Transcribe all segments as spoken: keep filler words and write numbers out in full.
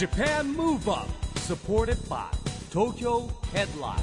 Japan Move Up supported by Tokyo Headline。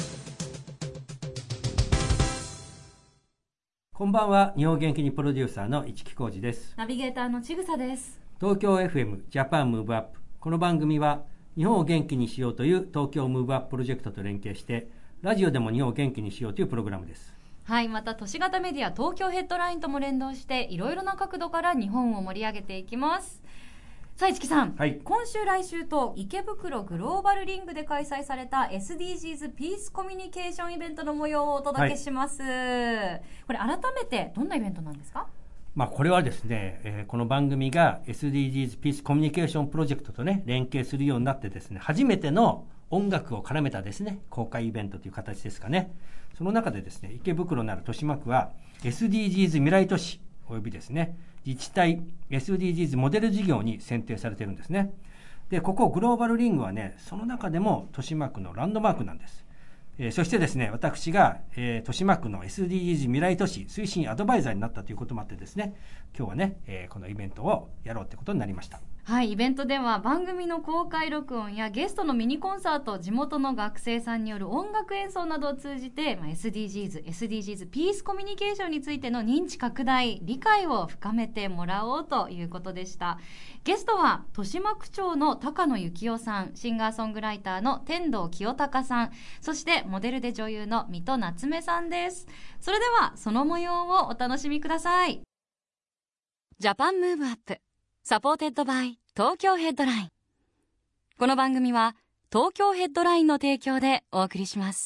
こんばんは。日本元気にプロデューサーの市木浩司です。 ナビゲーターのちぐさです。 東京 エフエム ジャパンムーブアップ。この番組は日本を元気にしようという東京ムーブアッププロジェクトと連携してラジオでも日本を元気にしようというプログラムです。 はい、また都市型メディア東京ヘッドラインとも連動していろいろな角度から日本を盛り上げていきます。さあ市木さん、 はい、 今週来週と池袋グローバルリングで開催された エスディージーズ ピースコミュニケーションイベントの模様をお届けします、はい、これ改めてどんなイベントなんですか？ まあ、これはですね、えー、この番組が エスディージーズ ピースコミュニケーションプロジェクトとね連携するようになってですね、初めての音楽を絡めたですね公開イベントという形ですかね。その中でですね、池袋なる豊島区は エスディージーズ 未来都市およびですね自治体 エスディージーズ モデル事業に選定されているんですね。で、ここグローバルリングはね、その中でも豊島区のランドマークなんです。えー、そしてですね、私が、えー、豊島区の エスディージーズ 未来都市推進アドバイザーになったということもあってですね、今日はね、えー、このイベントをやろうということになりました。 はい、イベントでは番組の公開録音やゲストのミニコンサート、地元の学生さんによる音楽演奏などを通じて、まあ、エスディージーズ、エスディージーズ ピースコミュニケーションについての認知拡大、理解を深めてもらおうということでした。ゲストは豊島区長の高野幸雄さん、シンガーソングライターの天童清隆さん、そしてモデルで女優の水戸夏目さんです。それではその模様をお楽しみください。ジャパンムーブアップサポーテッドバイ東京ヘッドライン。この番組は東京ヘッドラインの提供でお送りします。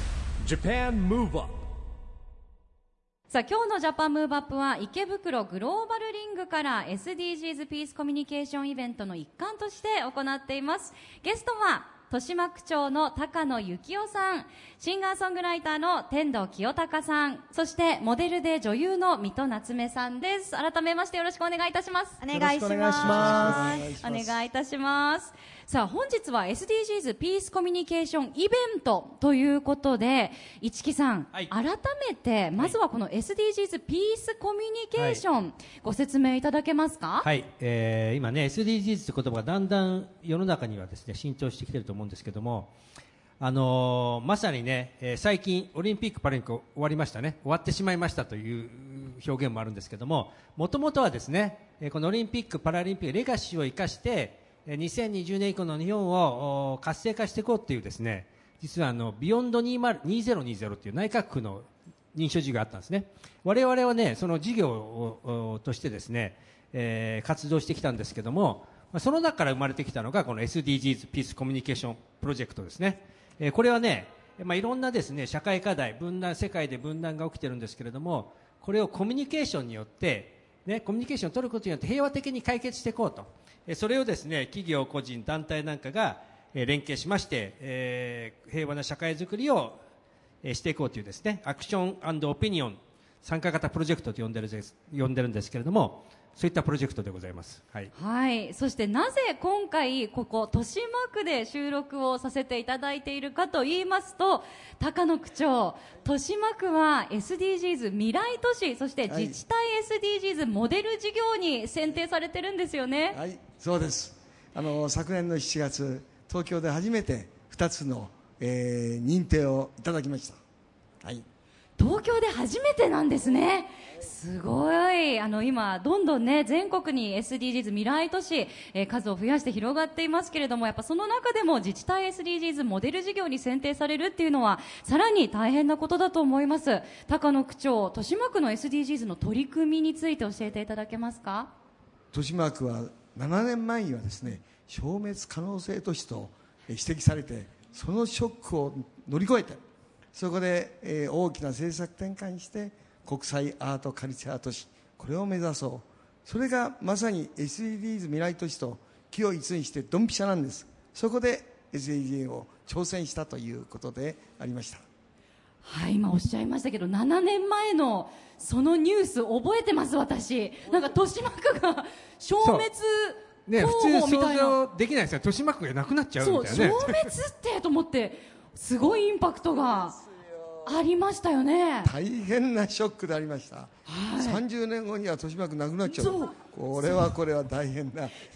Japan Move Up。 さあ今日のジャパンムーブアップは池袋グローバルリングから エスディージーズ ピースコミュニケーションイベントの一環として行っています。ゲストは豊島区長の高野幸雄さん、シンガーソングライターの天童清隆さん、そしてモデルで女優の水戸夏目さんです。改めましてよろしくお願いいたします。 お願いします。 お願いいたします。さあ本日は エスディージーズ ピースコミュニケーションイベントということで、市木さん、はい、改めてまずはこの エスディージーズ ピースコミュニケーション、はい、ご説明いただけますか？ はい、えー、今ね エスディージーズ という言葉がだんだん世の中にはですね浸透してきていると思うんですけども、あのー、まさにね、えー、最近オリンピックパラリンピック終わりましたね、終わってしまいましたという表現もあるんですけども、もともとはですね、えー、このオリンピックパラリンピックレガシーを生かしてにせんにじゅうねん以降の日本を活性化していこうというですね、実はあのビヨンドにせんにじゅうにじゅうという内閣府の認証事業があったんですね。我々はねその事業をとしてですね、えー、活動してきたんですけども、その中から生まれてきたのがこの エスディージーズ ピースコミュニケーションプロジェクトですね。えー、これはね、まあ、いろんなですね社会課題、分断、世界で分断が起きてるんですけれども、これをコミュニケーションによってね、コミュニケーションを取ることによって平和的に解決していこうと、それをですね企業、個人、団体なんかが連携しまして、えー、平和な社会づくりをしていこうというですねアクション&オピニオン参加型プロジェクトと呼んでるです呼んでるんですけれども、そういったプロジェクトでございます。はい、 はい、そしてなぜ今回ここ豊島区で収録をさせていただいているかと言いますと、高野区長、豊島区は エスディージーズ 未来都市、そして自治体 エスディージーズ モデル事業に選定されてるんですよね。 はい、そうです。あの昨年のしちがつ、東京で初めてふたつの、えー、認定をいただきました。はい、 東京で初めてなんですね。すごい。あの今どんどんね全国に エスディージーズ 未来都市、えー、数を増やして広がっていますけれども、やっぱその中でも自治体 エスディージーズ モデル事業に選定されるっていうのはさらに大変なことだと思います。高野区長、豊島区の エスディージーズ の取り組みについて教えていただけますか？ 豊島区はななねんまえにはですね消滅可能性都市と指摘されて、そのショックを乗り越えて、そこで、えー、大きな政策転換にして国際アートカルチャー都市、これを目指そう。それがまさに エスディージーズ 未来都市と気を一にしてドンピシャなんです。そこで エスディージーズ を挑戦したということでありました。 はい、今おっしゃいましたけどななねんまえのそのニュース覚えてます。私なんか豊島区が消滅ね、普通想像できないですよ。豊島区がなくなっちゃうみたいなね。 そう、消滅ってと思ってすごいインパクトがありましたよね。 大変なショックでありました。はい、さんじゅうねんごには豊島区なくなっちゃう。そう、これはこれは大変な。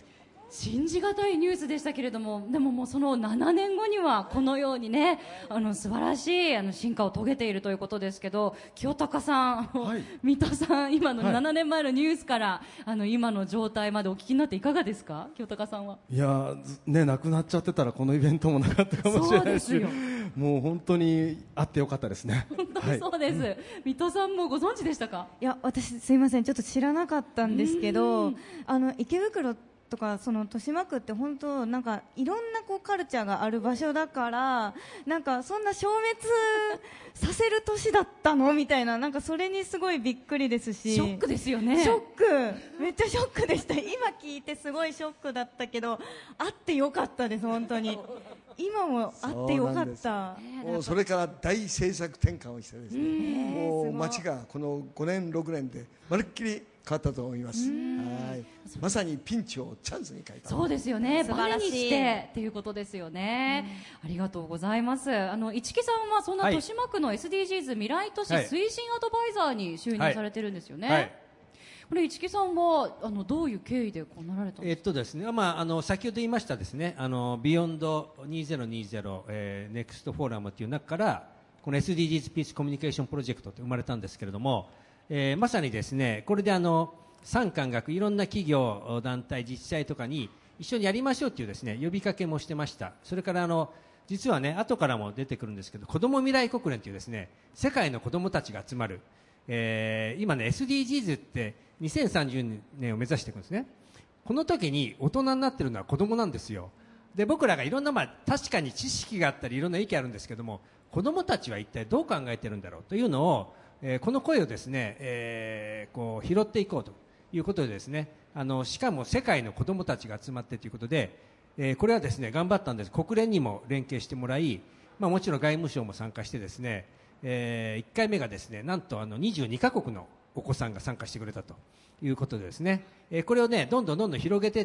信じがたいニュースでしたけれども、でももうそのななねんごにはこのようにね、あの素晴らしいあの進化を遂げているということですけど、清高さん、はい、三田さん、今のななねんまえのニュースから、はい、あの今の状態までお聞きになっていかがですか、清高さんは。 いやね、亡くなっちゃってたらこのイベントもなかったかもしれないし、もう本当にあってよかったですね。 本当にそうです、はい、三田さんもご存知でしたか。 いや、私すいません、ちょっと知らなかったんですけど、あの池袋とかその豊島区って本当なんかいろんなこうカルチャーがある場所だから、なんかそんな消滅させる年だったのみたいな、なんかそれにすごいびっくりですし、 ショックですよね。 ショック、めっちゃショックでした。今聞いてすごいショックだったけど、あってよかったです、本当に。今もあってよかった。 もうそれから大政策転換をしてですね、もう街がこのごねんろくねんでまるっきり変わったと思います。はい、まさにピンチをチャンスに変えた。 そうですよね、バネにしてっていうことですよね、うん、ありがとうございます。あの市木さんはそんな豊島区の エスディージーズ 未来都市推進アドバイザーに就任されてるんですよね、はいはい、これ市木さんはあのどういう経緯でこうなられたんですか。 えっとですね、まあ、あの先ほど言いましたですね、あのビヨンドにせんにじゅう、えー、ネクストフォーラムという中からこの エスディージーズ ピースコミュニケーションプロジェクトって生まれたんですけれども、えー、まさにですね、これであの産官学いろんな企業団体自治体とかに一緒にやりましょうというですね呼びかけもしてました。それからあの実はね後からも出てくるんですけど、子ども未来国連というですね世界の子どもたちが集まる、えー、今ね エスディージーズ ってにせんさんじゅうねんを目指していくんですね。この時に大人になっているのは子どもなんですよ。で僕らがいろんな、まあ、確かに知識があったりいろんな意見あるんですけども、子どもたちは一体どう考えているんだろうというのを、えー、この声をですね、えー、こう拾っていこうということでですね、あのしかも世界の子どもたちが集まってということで、えー、これはですね頑張ったんです。国連にも連携してもらい、まあ、もちろん外務省も参加してですね、えー、いっかいめがですねなんとあのにじゅうにカ国のお子さんが参加してくれたということでですね、えー、これをねどんどんどんどん広げていって、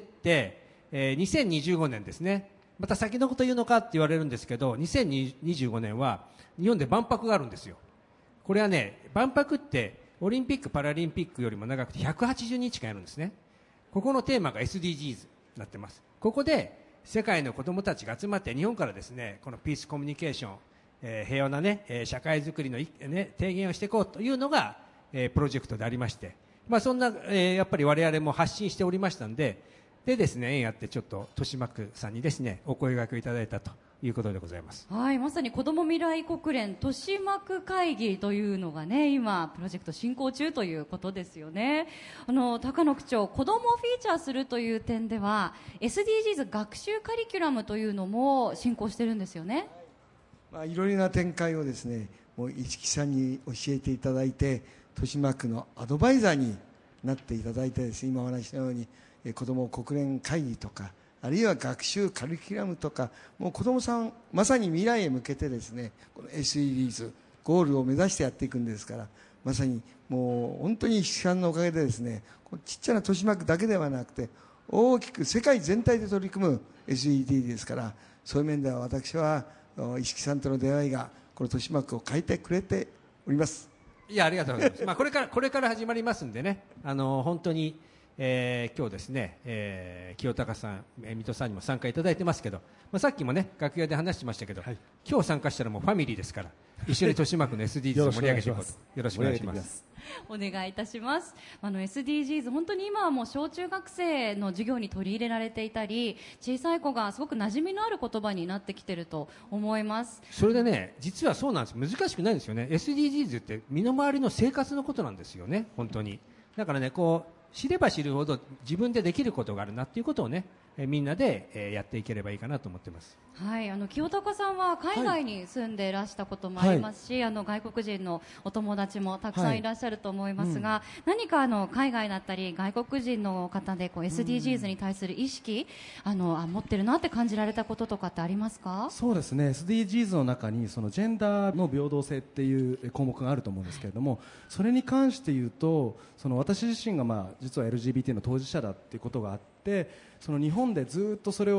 えー、にせんにじゅうごねんですね、また先のこと言うのかって言われるんですけど、にせんにじゅうごねんは日本で万博があるんですよ。これはね万博ってオリンピック・パラリンピックよりも長くてひゃくはちじゅうにちかんやるんですね。ここのテーマが エスディージーズ になってます。ここで世界の子どもたちが集まって日本からですねこのピースコミュニケーション、えー、平和な、ねえー、社会づくりの、ね、提言をしていこうというのが、えー、プロジェクトでありまして、まあ、そんな、えー、やっぱり我々も発信しておりましたんで、でですね縁あってちょっと豊島区さんにですねお声掛けをいただいたということでございます。 はい、まさに子ども未来国連豊島区会議というのがね今プロジェクト進行中ということですよね。あの高野区長、子どもをフィーチャーするという点では エスディージーズ 学習カリキュラムというのも進行してるんですよね。 まあ、いろいろな展開をですねもう市木さんに教えていただいて、豊島区のアドバイザーになっていただいてですね、今お話したようにえ子ども国連会議とかあるいは学習カリキュラムとか、もう子どもさんまさに未来へ向けてですねこの エスディージーズ ゴールを目指してやっていくんですから、まさにもう本当に市木さんのおかげでですねちっちゃな豊島区だけではなくて大きく世界全体で取り組む エスディージーズ ですから、そういう面では私は市木さんとの出会いがこの豊島区を変えてくれております。 いやありがとうございます。まあこれからこれから始まりますんでね、あの本当に、えー、今日ですね、えー、清高さん、えー、水戸さんにも参加いただいてますけど、まあ、さっきもね楽屋で話してましたけど、はい、今日参加したらもうファミリーですから一緒に豊島区の エスディージーズ を盛り上げていこうとよろしくお願いします。 お願いいたします。あの エスディージーズ 本当に今はもう小中学生の授業に取り入れられていたり、小さい子がすごく馴染みのある言葉になってきていると思います。 それでね実はそうなんです、難しくないんですよね。 エスディージーズ って身の回りの生活のことなんですよね本当に。だからねこう知れば知るほど自分でできることがあるなっていうことをねえみんなで、えー、やっていければいいかなと思ってます。 はい、あの清高さんは海外に住んでいらしたこともありますし、はい、あの外国人のお友達もたくさんいらっしゃると思いますが、はいうん、何かあの海外だったり外国人の方でこう エスディージーズ に対する意識、うん、あのあ持ってるなって感じられたこととかってありますか？ そうですね、 エスディージーズ の中にそのジェンダーの平等性っていう項目があると思うんですけれども、それに関して言うとその私自身がまあ実は エルジービーティー の当事者だっていうことがあって、その日本でずっとそれを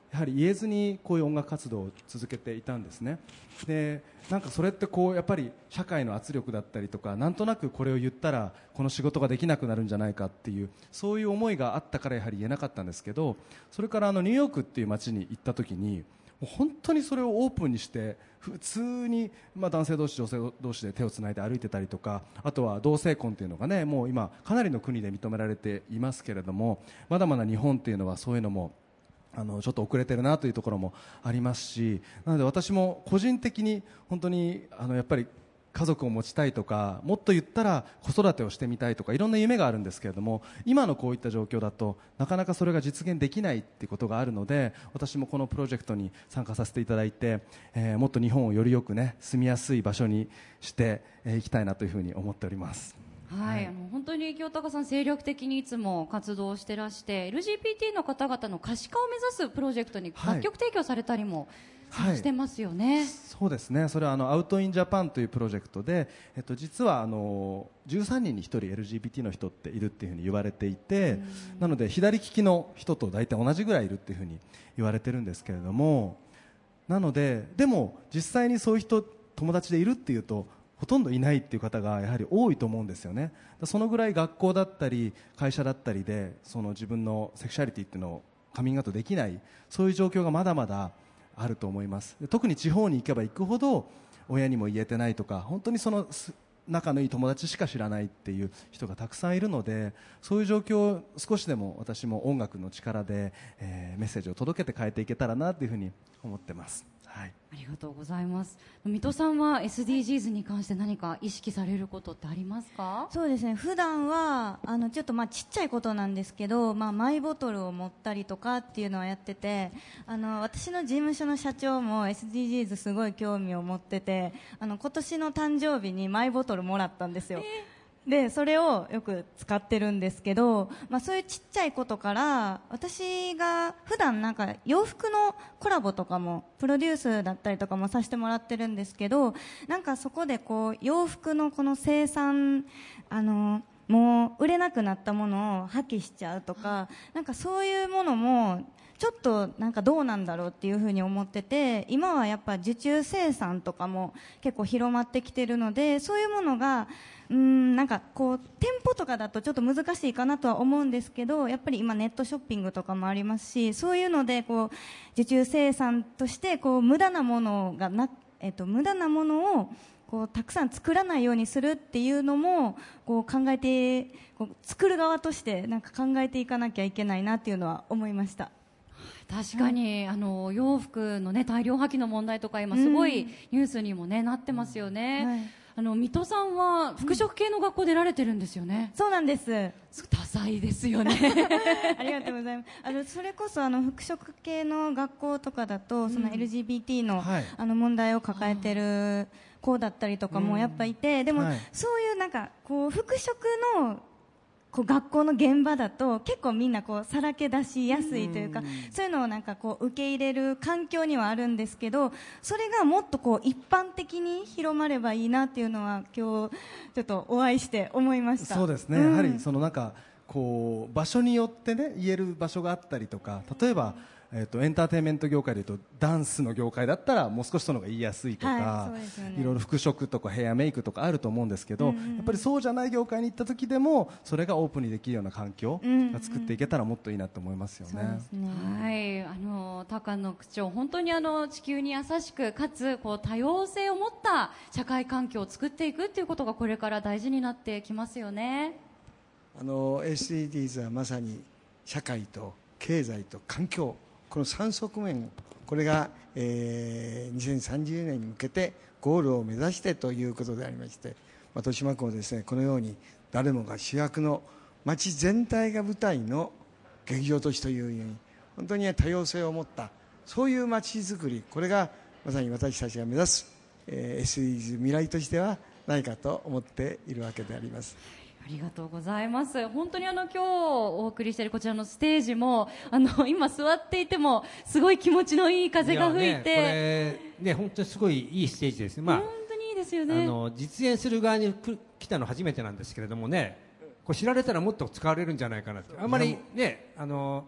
やはり言えずにこういう音楽活動を続けていたんですね。でなんかそれってこうやっぱり社会の圧力だったりとか、なんとなくこれを言ったらこの仕事ができなくなるんじゃないかっていう、そういう思いがあったからやはり言えなかったんですけど、それからあのニューヨークっていう街に行った時にもう本当にそれをオープンにして普通に、まあ、男性同士女性同士で手をつないで歩いてたりとか、あとは同性婚っていうのがね、もう今かなりの国で認められていますけれども、まだまだ日本っていうのはそういうのもあのちょっと遅れてるなというところもありますし、なので私も個人的に本当にあのやっぱり家族を持ちたいとか、もっと言ったら子育てをしてみたいとか、いろんな夢があるんですけれども、今のこういった状況だとなかなかそれが実現できないっていうことがあるので、私もこのプロジェクトに参加させていただいて、えー、もっと日本をよりよくね住みやすい場所にしてい、えー、きたいなというふうに思っております。 はい、あの本当に清高さん精力的にいつも活動してらして、 エルジービーティー の方々の可視化を目指すプロジェクトに楽曲提供されたりも、はい、してますよね。 そうですね、それはあのアウトインジャパンというプロジェクトで、えっと、実はあのじゅうさんにんにひとり エルジービーティー の人っているっていうふうに言われていて、なので左利きの人と大体同じぐらいいるっていうふうに言われてるんですけれども、なのででも実際にそういう人友達でいるっていうとほとんどいないっていう方がやはり多いと思うんですよね。そのぐらい学校だったり会社だったりでその自分のセクシャリティっていうのをカミングアウトできない、そういう状況がまだまだあると思います。特に地方に行けば行くほど親にも言えてないとか、本当にその仲のいい友達しか知らないっていう人がたくさんいるので、そういう状況を少しでも私も音楽の力で、えー、メッセージを届けて変えていけたらなというふうに思ってます。はい、 ありがとうございます。水戸さんは エスディージーズ に関して何か意識されることってありますか？ そうですね、普段はあのちょっとまあちっちゃいことなんですけど、まあ、マイボトルを持ったりとかっていうのはやってて、あの私の事務所の社長も エスディージーズ すごい興味を持ってて、あの今年の誕生日にマイボトルもらったんですよ。えーでそれをよく使ってるんですけど、まあ、そういうちっちゃいことから私が普段なんか洋服のコラボとかもプロデュースだったりとかもさせてもらってるんですけど、なんかそこでこう洋服のこの生産あのもう売れなくなったものを破棄しちゃうとか、なんかそういうものもちょっとなんかどうなんだろうっていうふうに思ってて、今はやっぱ受注生産とかも結構広まってきてるので、そういうものがうーんなんかこう店舗とかだとちょっと難しいかなとは思うんですけど、やっぱり今ネットショッピングとかもありますし、そういうのでこう受注生産としてこう無駄なものがな、えっと、無駄なものをこうたくさん作らないようにするっていうのもこう考えて、こう作る側としてなんか考えていかなきゃいけないなっていうのは思いました。 確かに、あの洋服の、ね、大量破棄の問題とか今すごいニュースにも、ね、なってますよね。はい、あの水戸さんは服飾系の学校出られてるんですよね。 うん、そうなんです。 多彩ですよね。 ありがとうございます。あのそれこそあの服飾系の学校とかだと、その エルジービーティー の、うんはい、あの問題を抱えてる子だったりとかもやっぱいて、うん、でも、はい、そういうなんかこう服飾のこう学校の現場だと結構みんなこうさらけ出しやすいというか、そういうのをなんかこう受け入れる環境にはあるんですけど、それがもっとこう一般的に広まればいいなっていうのは今日ちょっとお会いして思いました。 そうですね、うん、やはりそのなんかこう場所によってね言える場所があったりとか、例えばえー、とエンターテインメント業界でいうとダンスの業界だったらもう少しその方が言いやすいとか、はい、ね、いろいろ服飾とかヘアメイクとかあると思うんですけど、うんうん、やっぱりそうじゃない業界に行った時でもそれがオープンにできるような環境が作っていけたらもっといいなと思いますよね。 そうですね、はい、あの高野区長、本当にあの地球に優しくかつこう多様性を持った社会環境を作っていくっていうことがこれから大事になってきますよね。 あの エスディージーズ はまさに社会と経済と環境、このさん側面、これが、えー、にせんさんじゅうねんに向けてゴールを目指してということでありまして、まあ、豊島区もですね、このように誰もが主役の街全体が舞台の劇場都市というように本当に多様性を持ったそういう街づくり、これがまさに私たちが目指す、えー、エスディージーズ 未来としてはないかと思っているわけであります。 ありがとうございます。本当にあの今日お送りしているこちらのステージもあの今座っていてもすごい気持ちのいい風が吹いて、いや、ね、これね本当にすごいいいステージですね。まあ、 本当にいいですよね。 あの実演する側に来たの初めてなんですけれどもね、こう知られたらもっと使われるんじゃないかなって、あんまりねあの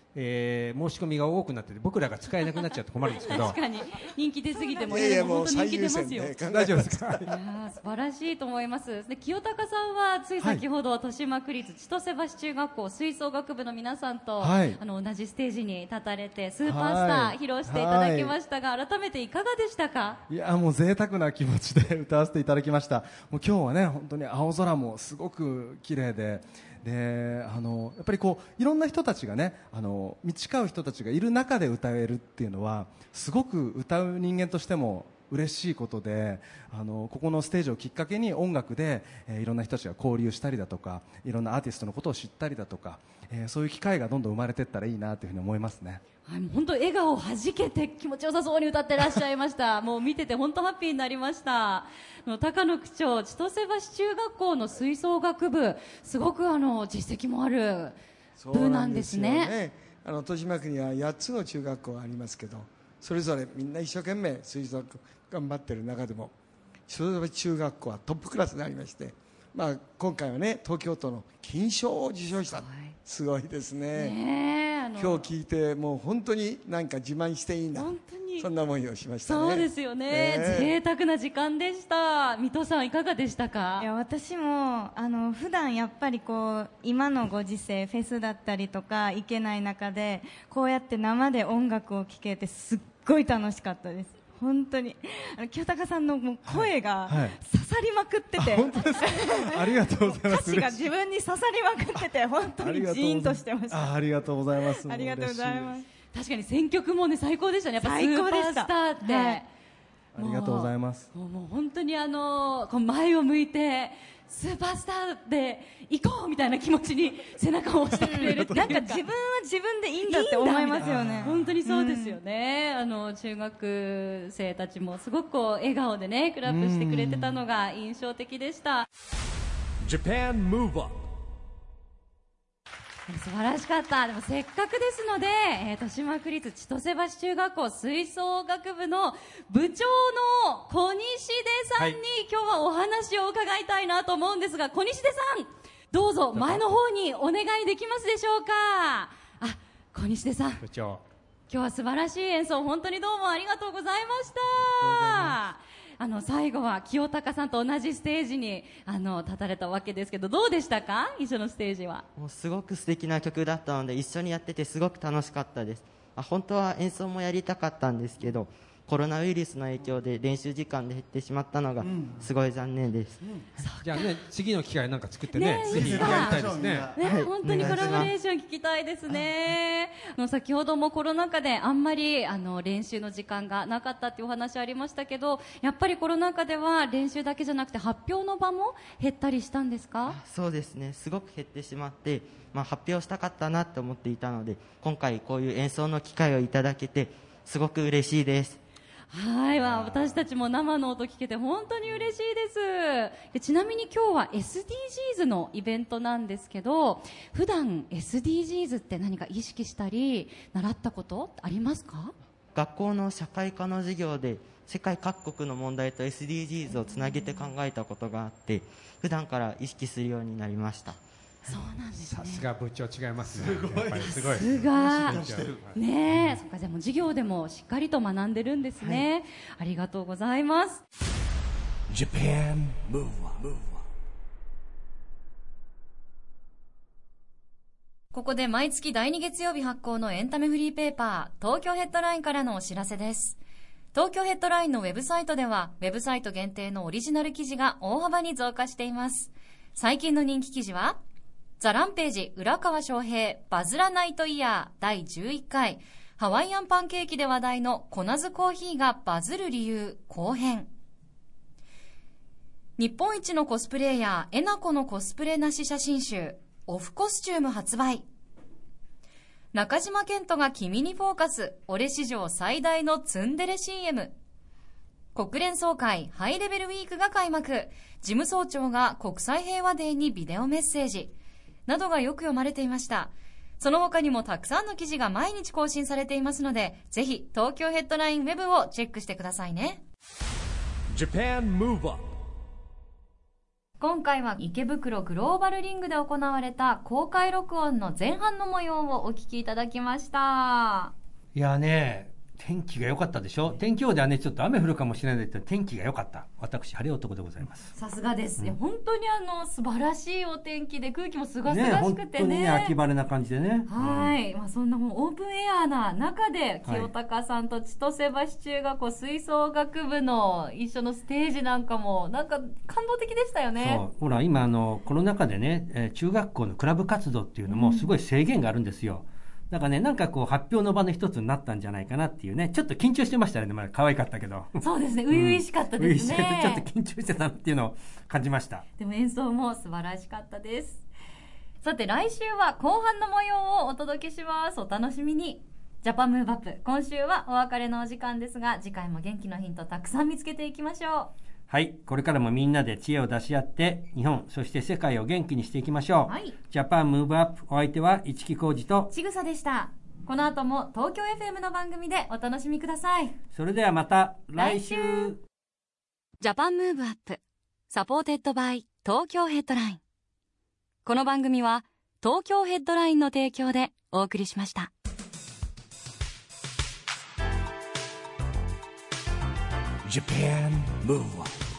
えー申し込みが多くなってて僕らが使えなくなっちゃうと困るんですけど確かに人気出すぎてもいやいやも本当う最人気出ますよ。 優先で考え大丈夫ですか？ いやー素晴らしいと思います。で清高さんはつい先ほど、豊島区立千歳橋中学校吹奏楽部の皆さんと、 はいあの同じステージに立たれてスーパースター、 はい披露していただきましたが、改めていかがでしたか？ いやもう贅沢な気持ちで歌わせていただきました。もう今日はね本当に青空もすごく綺麗で、であのやっぱりこういろんな人たちがねあの道交う人たちがいる中で歌えるっていうのはすごく歌う人間としても嬉しいことで、あのここのステージをきっかけに音楽で、えーいろんな人たちが交流したりだとかいろんなアーティストのことを知ったりだとか、えーそういう機会がどんどん生まれていったらいいなというふうに思いますね。 はい、もう本当笑顔をはじけて気持ちよさそうに歌ってらっしゃいましたもう見てて本当ハッピーになりました。あの高野区長千歳橋中学校の吹奏楽部すごくあの実績もある部なんですね。 そうなんですよね。あの豊島区にはやっつの中学校がありますけどそれぞれみんな一生懸命吹奏楽頑張っている中でも千歳橋中学校はトップクラスでありまして、まあ、今回はね東京都の金賞を受賞した、すごいですね。 ねえあの今日聞いてもう本当になんか自慢していいんだ本当にそんな思いをしましたね。 そうですよね、 ね贅沢な時間でした。水戸さんいかがでしたか？ いや私もあの普段やっぱりこう今のご時世フェスだったりとか行けない中でこうやって生で音楽を聴けてすっごい楽しかったです。本当にあの清高さんのもう声がはいはい刺さりまくってて、 本当ですか？ありがとうございます。 歌詞が自分に刺さりまくってて本当にジーンとしてました。 あありがとうございます。 ありがとうございます。 確かに選曲もね最高でしたね。やっぱス最ーパー高でしたスターって、 はいありがとうございます。 もうもう本当にあのこう前を向いてスーパースターで行こうみたいな気持ちに背中を押してくれるっていうなんか自分は自分でいいんだって思いますよね。 本当にそうですよね、あの中学生たちもすごくこう笑顔でねクラップしてくれてたのが印象的でした。 Japan Move Up 素晴らしかった。でもせっかくですので、えー、豊島区立千歳橋中学校吹奏楽部の部長の小西出さんに、 はい、 今日はお話を伺いたいなと思うんですが、小西出さんどうぞ前の方にお願いできますでしょうか。あ、小西出さん部長今日は素晴らしい演奏本当にどうもありがとうございました。あの最後は清高さんと同じステージにあの立たれたわけですけどどうでしたか？一緒のステージは。 もうすごく素敵な曲だったので一緒にやっててすごく楽しかったです。あ本当は演奏もやりたかったんですけどコロナウイルスの影響で練習時間で減ってしまったのがすごい残念です、うんうん、 じゃあね次の機会なんか作ってねねぜひやりたいですね。 ね、 はい、 本当にコラボレーション聞きたいですね。あの先ほどもコロナ禍であんまりあの練習の時間がなかったっていうお話ありましたけどやっぱりコロナ禍では練習だけじゃなくて発表の場も減ったりしたんですか？ そうですねすごく減ってしまって、まあ、発表したかったなと思っていたので今回こういう演奏の機会をいただけてすごく嬉しいです。 はい、まあ、私たちも生の音聞けて本当に嬉しいです。でちなみに今日は エスディージーズ のイベントなんですけど普段 エスディージーズ って何か意識したり習ったことありますか？ 学校の社会科の授業で世界各国の問題と エスディージーズ をつなげて考えたことがあって普段から意識するようになりました。 そうなんですね。 さすが部長違いますね。すごいすごい。 さすがねえ、そっかじゃあもう授業でもしっかりと学んでるんですね、はい、ありがとうございます。 Japan Move Up ここで毎月だいに月曜日発行のエンタメフリーペーパー東京ヘッドラインからのお知らせです。東京ヘッドラインのウェブサイトではウェブサイト限定のオリジナル記事が大幅に増加しています。最近の人気記事はザ・ランページ浦川翔平バズらナイトイヤーだいじゅういっかいハワイアンパンケーキで話題のコナズコーヒーがバズる理由後編。日本一のコスプレイヤーえなこのコスプレなし写真集オフコスチューム発売。中島健人が君にフォーカス俺史上最大のツンデレ シーエム。 国連総会ハイレベルウィークが開幕。事務総長が国際平和デーにビデオメッセージなどがよく読まれていました。その他にもたくさんの記事が毎日更新されていますのでぜひ東京ヘッドラインウェブをチェックしてくださいね。 Japan Move Up 今回は池袋グローバルリングで行われた公開録音の前半の模様をお聞きいただきました。 いやね、天気が良かったでしょ。天気予報ではねちょっと雨降るかもしれないけど天気が良かった。私晴れ男でございます。 さすがですね、うん、本当にあの素晴らしいお天気で空気もすがすがしくてね、 本当にね秋晴れな感じでね。 はい、うん、まあ、そんなもうオープンエアな中で清高さんと千歳橋中学校吹奏楽部の一緒のステージなんかもなんか感動的でしたよね。 そうほら今あのコロナ禍でね、えー、中学校のクラブ活動っていうのもすごい制限があるんですよ。うんだからね、なんかこう発表の場の一つになったんじゃないかなっていうね、ちょっと緊張してましたね。まあ可愛かったけど。 そうですね、初々しかったですね。 初々しかった、ちょっと緊張してたなっていうのを感じました。 でも演奏も素晴らしかったです。さて来週は後半の模様をお届けします。お楽しみに。ジャパンムーブアップ、今週はお別れのお時間ですが、次回も元気のヒントたくさん見つけていきましょう。 はい、これからもみんなで知恵を出し合って日本そして世界を元気にしていきましょう。はい、ジャパンムーブアップ、お相手は市木浩二とちぐさでした。この後も東京 エフエム の番組でお楽しみください。 それではまた来週。 ジャパンムーブアップサポーテッドバイ東京ヘッドライン。この番組は東京ヘッドラインの提供でお送りしました。 ジャパンムーブアップ